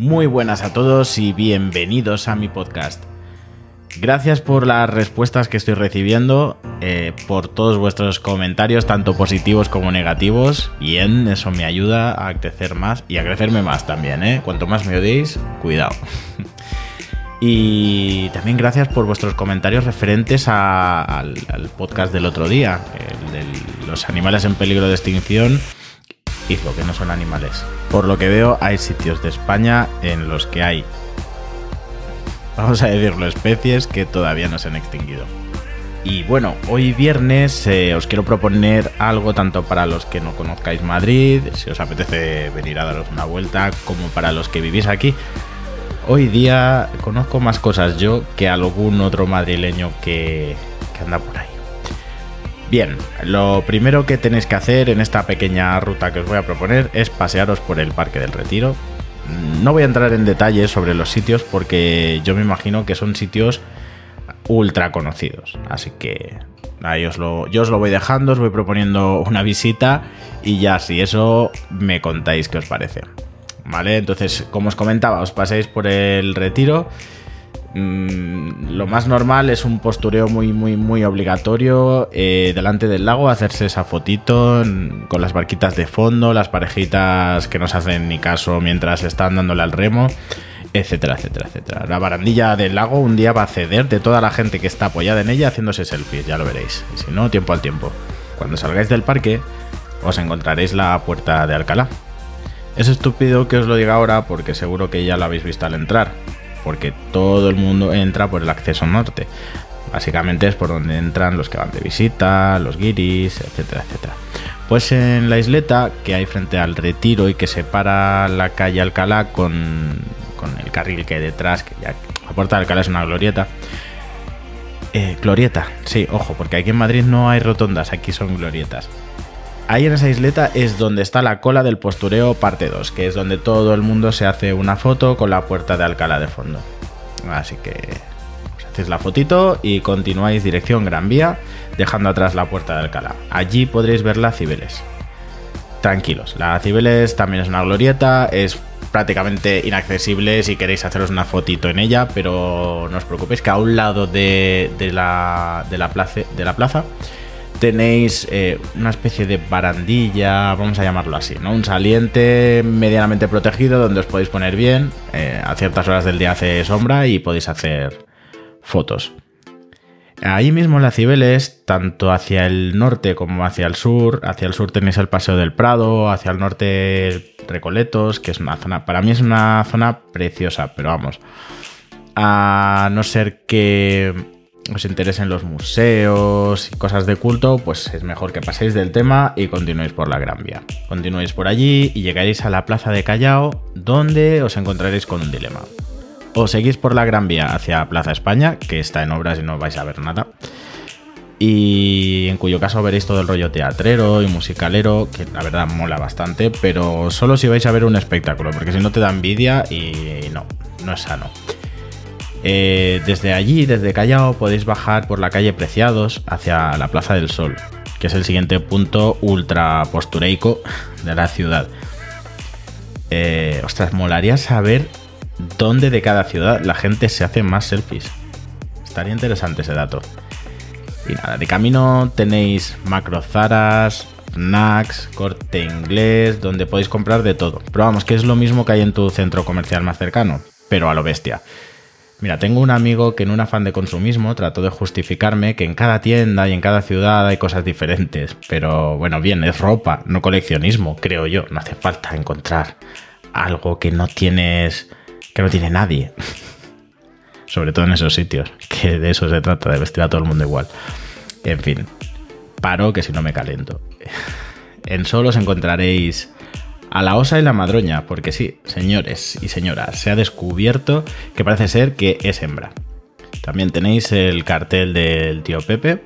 Muy buenas a todos y bienvenidos a mi podcast. Gracias por las respuestas que estoy recibiendo, por todos vuestros comentarios, tanto positivos como negativos. Bien, eso me ayuda a crecer más y a crecerme más también, ¿eh? Cuanto más me odiéis, cuidado. Y también gracias por vuestros comentarios referentes al podcast del otro día, el de los animales en peligro de extinción y lo que no son animales. Por lo que veo, hay sitios de España en los que hay, vamos a decirlo, especies que todavía no se han extinguido. Y bueno, hoy viernes os quiero proponer algo tanto para los que no conozcáis Madrid, si os apetece venir a daros una vuelta, como para los que vivís aquí. Hoy día conozco más cosas yo que algún otro madrileño que anda por ahí. Bien, lo primero que tenéis que hacer en esta pequeña ruta que os voy a proponer es pasearos por el Parque del Retiro. No voy a entrar en detalles sobre los sitios porque yo me imagino que son sitios ultra conocidos. Así que ahí yo os lo voy dejando, os voy proponiendo una visita y ya si eso me contáis qué os parece. Vale, entonces como os comentaba, os paséis por el Retiro. Lo más normal es un postureo muy obligatorio delante del lago, hacerse esa fotito con las barquitas de fondo, las parejitas que no se hacen ni caso mientras están dándole al remo, etcétera, etcétera, etcétera. La barandilla del lago un día va a ceder de toda la gente que está apoyada en ella haciéndose selfies, ya lo veréis. Y si no, tiempo al tiempo. Cuando salgáis del parque, os encontraréis la Puerta de Alcalá. Es estúpido que os lo diga ahora porque seguro que ya lo habéis visto al entrar, porque todo el mundo entra por el acceso norte. Básicamente es por donde entran los que van de visita, los guiris, etcétera, etcétera. Pues en la isleta que hay frente al Retiro y que separa la calle Alcalá con el carril que hay detrás, que ya la Puerta de Alcalá es una glorieta. Glorieta, sí, ojo, porque aquí en Madrid no hay rotondas, aquí son glorietas. Ahí en esa isleta es donde está la cola del postureo parte 2, que es donde todo el mundo se hace una foto con la Puerta de Alcalá de fondo. Así que os hacéis la fotito y continuáis dirección Gran Vía, dejando atrás la Puerta de Alcalá. Allí podréis ver la Cibeles. Tranquilos, la Cibeles también es una glorieta, es prácticamente inaccesible si queréis haceros una fotito en ella, pero no os preocupéis que a un lado de la plaza tenéis una especie de barandilla, vamos a llamarlo así, ¿no? Un saliente medianamente protegido donde os podéis poner bien. A ciertas horas del día hace sombra y podéis hacer fotos. Ahí mismo en la Cibeles, tanto hacia el norte como hacia el sur tenéis el Paseo del Prado, hacia el norte Recoletos, que es una zona, para mí es una zona preciosa, pero vamos, a no ser que os interesen los museos y cosas de culto, pues es mejor que paséis del tema y continuéis por la Gran Vía. Continuéis por allí y llegaréis a la Plaza de Callao, donde os encontraréis con un dilema. O seguís por la Gran Vía hacia Plaza España, que está en obras y no vais a ver nada, y en cuyo caso veréis todo el rollo teatrero y musicalero, que la verdad mola bastante, pero solo si vais a ver un espectáculo, porque si no te da envidia y no es sano. Desde allí, desde Callao, podéis bajar por la calle Preciados hacia la Plaza del Sol, que es el siguiente punto ultra postureico de la ciudad. Ostras, molaría saber dónde de cada ciudad la gente se hace más selfies. Estaría interesante ese dato. Y nada, de camino tenéis Macro Zaras, Fnacs, Corte Inglés, donde podéis comprar de todo. Pero vamos, que es lo mismo que hay en tu centro comercial más cercano, pero a lo bestia. Mira, tengo un amigo que en un afán de consumismo trató de justificarme que en cada tienda y en cada ciudad hay cosas diferentes. Pero bueno, bien, es ropa, no coleccionismo, creo yo. No hace falta encontrar algo que no tiene nadie. Sobre todo en esos sitios, que de eso se trata, de vestir a todo el mundo igual. En fin, paro que si no me calento. En Sol os encontraréis a la Osa y la Madroña, porque sí, señores y señoras, se ha descubierto que parece ser que es hembra. También tenéis el cartel del tío Pepe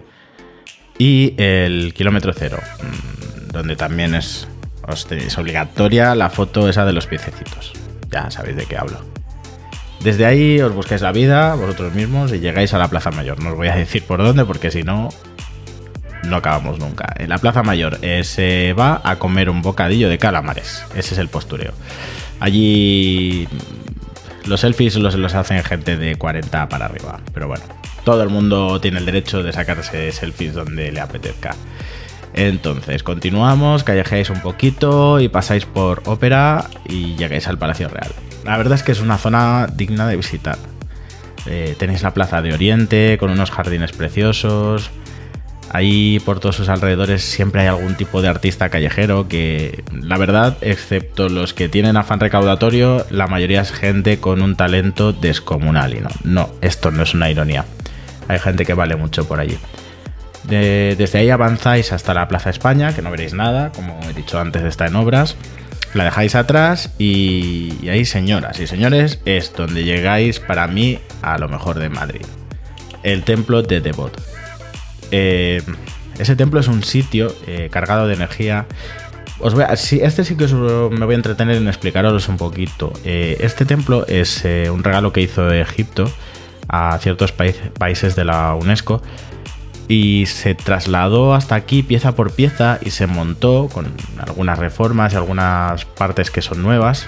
y el kilómetro cero, donde también es obligatoria la foto esa de los piececitos. Ya sabéis de qué hablo. Desde ahí os buscáis la vida vosotros mismos y llegáis a la Plaza Mayor. No os voy a decir por dónde porque si no, no acabamos nunca. En la Plaza Mayor se va a comer un bocadillo de calamares. Ese es el postureo. Allí Los selfies los hacen gente de 40 para arriba, pero bueno, todo el mundo tiene el derecho de sacarse selfies donde le apetezca. Entonces, continuamos, callejeáis un poquito y pasáis por Ópera y llegáis al Palacio Real. La verdad es que es una zona digna de visitar. Tenéis la Plaza de Oriente con unos jardines preciosos. Ahí por todos sus alrededores siempre hay algún tipo de artista callejero que, la verdad, excepto los que tienen afán recaudatorio, la mayoría es gente con un talento descomunal. Y no, esto no es una ironía. Hay gente que vale mucho por allí. Desde ahí avanzáis hasta la Plaza España, que no veréis nada, como he dicho antes, está en obras. La dejáis atrás y ahí, señoras y señores, es donde llegáis para mí a lo mejor de Madrid. El templo de Devot. Ese templo es un sitio cargado de energía. Este sí que me voy a entretener en explicaros un poquito. Este templo es un regalo que hizo Egipto a ciertos países de la UNESCO. Y se trasladó hasta aquí pieza por pieza y se montó con algunas reformas y algunas partes que son nuevas.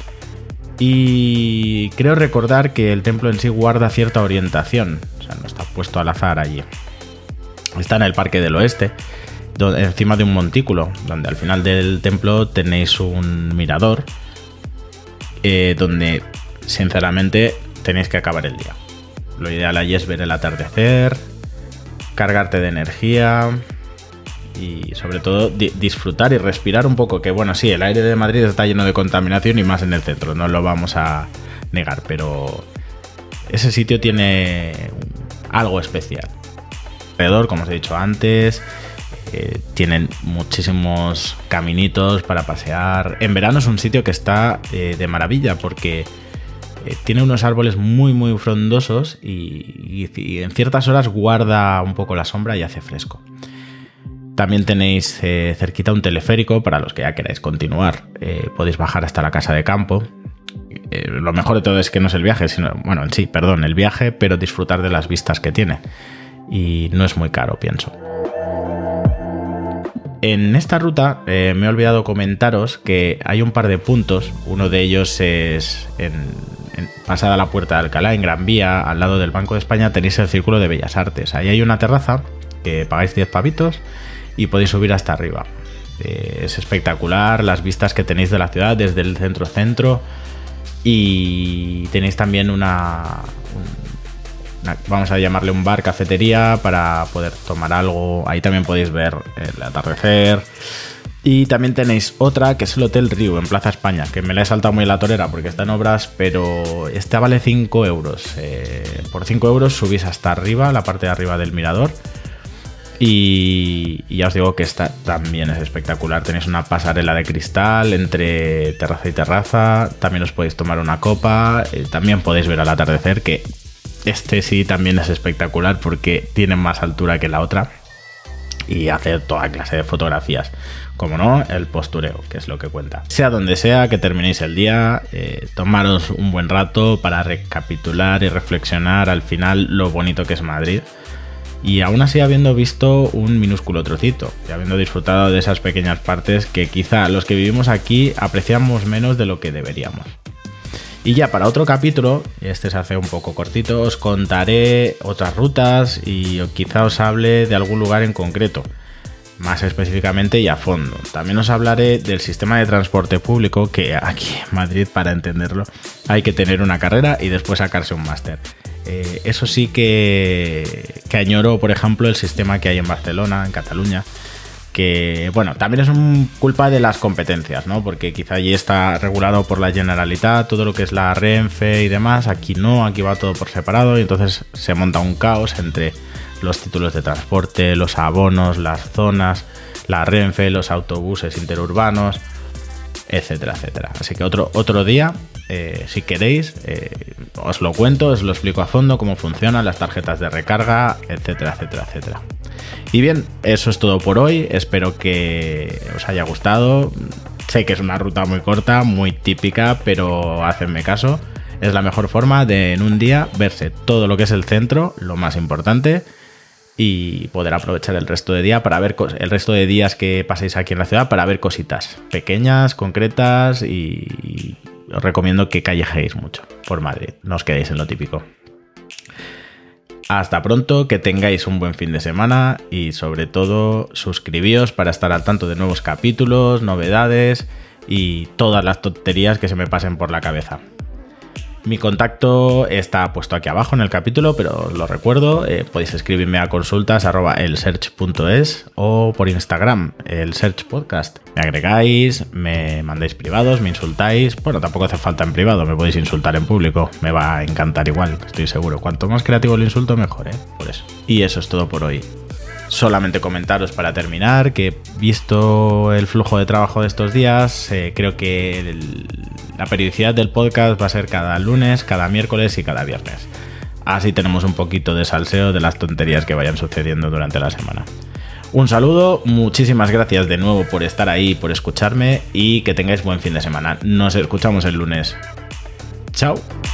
Y creo recordar que el templo en sí guarda cierta orientación, o sea, no está puesto al azar allí. Está en el Parque del Oeste, encima de un montículo, donde al final del templo tenéis un mirador, donde sinceramente tenéis que acabar el día. Lo ideal allí es ver el atardecer, cargarte de energía y sobre todo disfrutar y respirar un poco, que bueno, sí, el aire de Madrid está lleno de contaminación y más en el centro, no lo vamos a negar, pero ese sitio tiene algo especial. Alrededor, como os he dicho antes, tienen muchísimos caminitos para pasear. En verano es un sitio que está de maravilla porque tiene unos árboles muy muy frondosos y en ciertas horas guarda un poco la sombra y hace fresco. También tenéis cerquita un teleférico para los que ya queráis continuar. Podéis bajar hasta la casa de campo. Lo mejor de todo es que no es el viaje, sino, bueno, sí, perdón, el viaje, pero disfrutar de las vistas que tiene. Y no es muy caro, pienso. En esta ruta me he olvidado comentaros que hay un par de puntos. Uno de ellos es pasada la Puerta de Alcalá, en Gran Vía, al lado del Banco de España, tenéis el Círculo de Bellas Artes. Ahí hay una terraza que pagáis 10 pavitos y podéis subir hasta arriba. Es espectacular las vistas que tenéis de la ciudad desde el centro y tenéis también vamos a llamarle un bar, cafetería, para poder tomar algo. Ahí también podéis ver el atardecer. Y también tenéis otra que es el Hotel Riu en Plaza España, que me la he saltado muy en la torera porque está en obras, pero esta vale 5 euros. Por 5 euros subís hasta arriba, la parte de arriba del mirador. Y ya os digo que esta también es espectacular. Tenéis una pasarela de cristal entre terraza y terraza. También os podéis tomar una copa. También podéis ver al atardecer, que este sí también es espectacular porque tiene más altura que la otra. Y hacer toda clase de fotografías. Como no, el postureo, que es lo que cuenta. Sea donde sea que terminéis el día, tomaros un buen rato para recapitular y reflexionar al final lo bonito que es Madrid. Y aún así habiendo visto un minúsculo trocito y habiendo disfrutado de esas pequeñas partes que quizá los que vivimos aquí apreciamos menos de lo que deberíamos. Y ya para otro capítulo, este se hace un poco cortito, os contaré otras rutas y quizá os hable de algún lugar en concreto, más específicamente y a fondo. También os hablaré del sistema de transporte público, que aquí en Madrid, para entenderlo, hay que tener una carrera y después sacarse un máster. Eso sí que añoro, por ejemplo, el sistema que hay en Barcelona, en Cataluña, que, bueno, también es culpa de las competencias, ¿no? Porque quizá allí está regulado por la Generalitat, todo lo que es la Renfe y demás. Aquí no, aquí va todo por separado y entonces se monta un caos entre los títulos de transporte, los abonos, las zonas, la Renfe, los autobuses interurbanos, etcétera, etcétera. Así que otro día, si queréis, os lo cuento, os lo explico a fondo cómo funcionan las tarjetas de recarga, etcétera, etcétera, etcétera. Y bien, eso es todo por hoy. Espero que os haya gustado. Sé que es una ruta muy corta, muy típica, pero hacedme caso. Es la mejor forma de en un día verse todo lo que es el centro, lo más importante, y poder aprovechar el resto de día para ver el resto de días que paséis aquí en la ciudad para ver cositas pequeñas, concretas y os recomiendo que callejéis mucho por Madrid, no os quedéis en lo típico. Hasta pronto, que tengáis un buen fin de semana y sobre todo suscribíos para estar al tanto de nuevos capítulos, novedades y todas las tonterías que se me pasen por la cabeza. Mi contacto está puesto aquí abajo en el capítulo, pero os lo recuerdo, podéis escribirme a consultas@elsearch.es o por Instagram, el Search Podcast. Me agregáis, me mandáis privados, me insultáis. Bueno, tampoco hace falta en privado, me podéis insultar en público, me va a encantar igual, estoy seguro. Cuanto más creativo el insulto, mejor, por eso. Y eso es todo por hoy. Solamente comentaros para terminar que, visto el flujo de trabajo de estos días, creo que la periodicidad del podcast va a ser cada lunes, cada miércoles y cada viernes. Así tenemos un poquito de salseo de las tonterías que vayan sucediendo durante la semana. Un saludo, muchísimas gracias de nuevo por estar ahí, por escucharme y que tengáis buen fin de semana. Nos escuchamos el lunes. Chao.